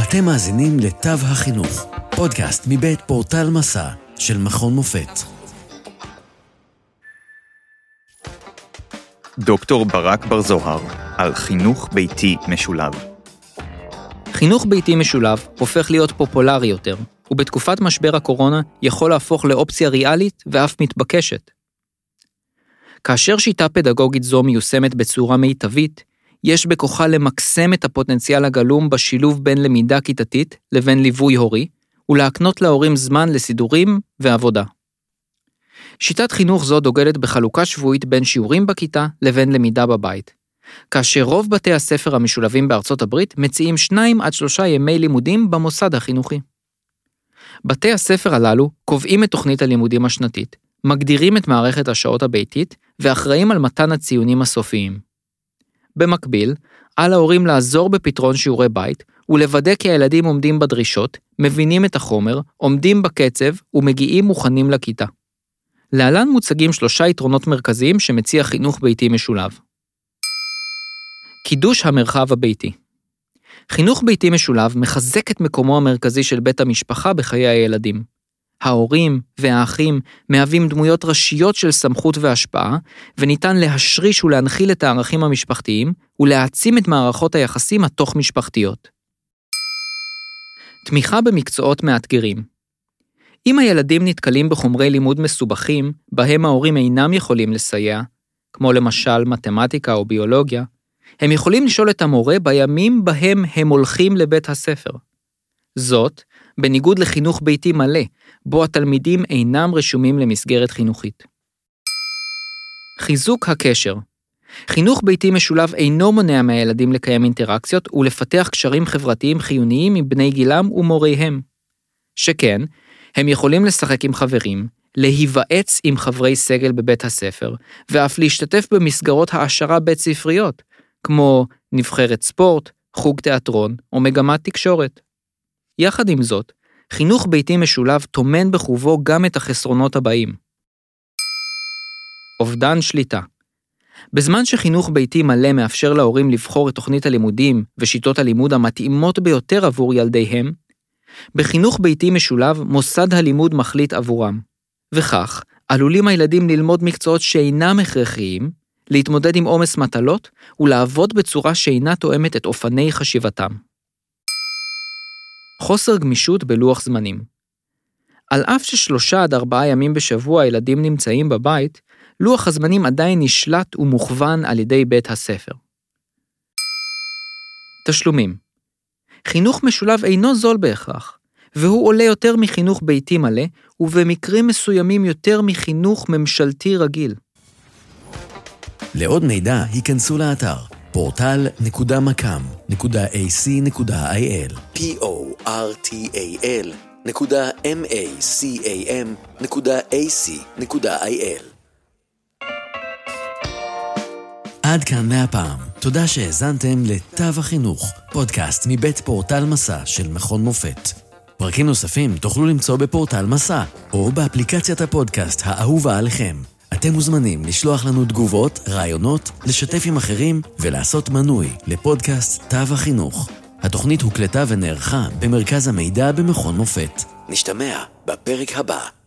אתם מאזינים לתו החינוך, פודקאסט מבית פורטל מסע של מכון מופת. דוקטור ברק בר זוהר על חינוך ביתי משולב. חינוך ביתי משולב הופך להיות פופולרי יותר, ובתקופת משבר הקורונה יכול להפוך לאופציה ריאלית ואף מתבקשת. כאשר שיטה פדגוגית זו מיושמת בצורה מיטבית, יש בכוחה למקסם את הפוטנציאל הגלום בשילוב בין למידה כיתתית לבין ליווי הורי, ולהקנות להורים זמן לסידורים ועבודה. שיטת חינוך זו דוגלת בחלוקה שבועית בין שיעורים בכיתה לבין למידה בבית, כאשר רוב בתי הספר המשולבים בארצות הברית מציעים 2 עד 3 ימי לימודים במוסד החינוכי. בתי הספר הללו קובעים את תוכנית הלימודים השנתית, מגדירים את מערכת השעות הביתית ואחראים על מתן הציונים הסופיים. במקביל, על ההורים לעזור בפתרון שיעורי בית ולוודא כי הילדים עומדים בדרישות, מבינים את החומר, עומדים בקצב ומגיעים מוכנים לכיתה. להלן מוצגים 3 יתרונות מרכזיים שמציע חינוך ביתי משולב. קידוש המרחב הביתי. חינוך ביתי משולב מחזק את מקומו המרכזי של בית המשפחה בחיי הילדים. ההורים והאחים מהווים דמויות ראשיות של סמכות והשפעה, וניתן להשריש ולהנחיל את הערכים המשפחתיים, ולהעצים את מערכות היחסים התוך משפחתיות. תמיכה במקצועות מאתגרים. אם הילדים נתקלים בחומרי לימוד מסובכים, בהם ההורים אינם יכולים לסייע, כמו למשל מתמטיקה או ביולוגיה, הם יכולים לשאול את המורה בימים בהם הם הולכים לבית הספר. זאת, בניגוד לחינוך ביתי מלא, בו התלמידים אינם רשומים למסגרת חינוכית. חיזוק הקשר. חינוך ביתי משולב אינו מונע מהילדים לקיים אינטראקציות ולפתח קשרים חברתיים חיוניים עם בני גילם ומוריהם. שכן, הם יכולים לשחק עם חברים, להיוועץ עם חברי סגל בבית הספר, ואף להשתתף במסגרות העשרה בית ספריות, כמו נבחרת ספורט, חוג תיאטרון או מגמת תקשורת. יחד עם זאת, חינוך ביתי משולב תומן בחובו גם את החסרונות הבאים. אובדן שליטה. בזמן שחינוך ביתי מלא מאפשר להורים לבחור את תוכנית הלימודים ושיטות הלימוד המתאימות ביותר עבור ילדיהם, בחינוך ביתי משולב מוסד הלימוד מחליט עבורם. וכך, עלולים הילדים ללמוד מקצועות שאינם הכרחיים, להתמודד עם עומס מטלות ולעבוד בצורה שאינה תואמת את אופני חשיבתם. חוסר גמישות בלוח זמנים. על אף ש3 עד 4 ימים בשבוע הילדים נמצאים בבית, לוח הזמנים עדיין נשלט ומוכוון על ידי בית הספר. תשלומים. חינוך משולב אינו זול בהכרח, והוא עולה יותר מחינוך ביתי מלא, ובמקרים מסוימים יותר מחינוך ממשלתי רגיל. לעוד מידע היכנסו לאתר portal.macam.ac.il portal.macam.ac.il. עד כאן מהפעם. תודה שהאזנתם לתו החינוך, פודקאסט מבית פורטל מסע של מכון מופת. פרקים נוספים תוכלו למצוא בפורטל מסע, או באפליקציית הפודקאסט האהובה עליכם. אתם מוזמנים לשלוח לנו תגובות, רעיונות, לשתף עם אחרים ולעשות מנוי לפודקאסט תו החינוך. התוכנית הוקלטה ונערכה במרכז המידע במכון מופת. נשתמע בפרק הבא.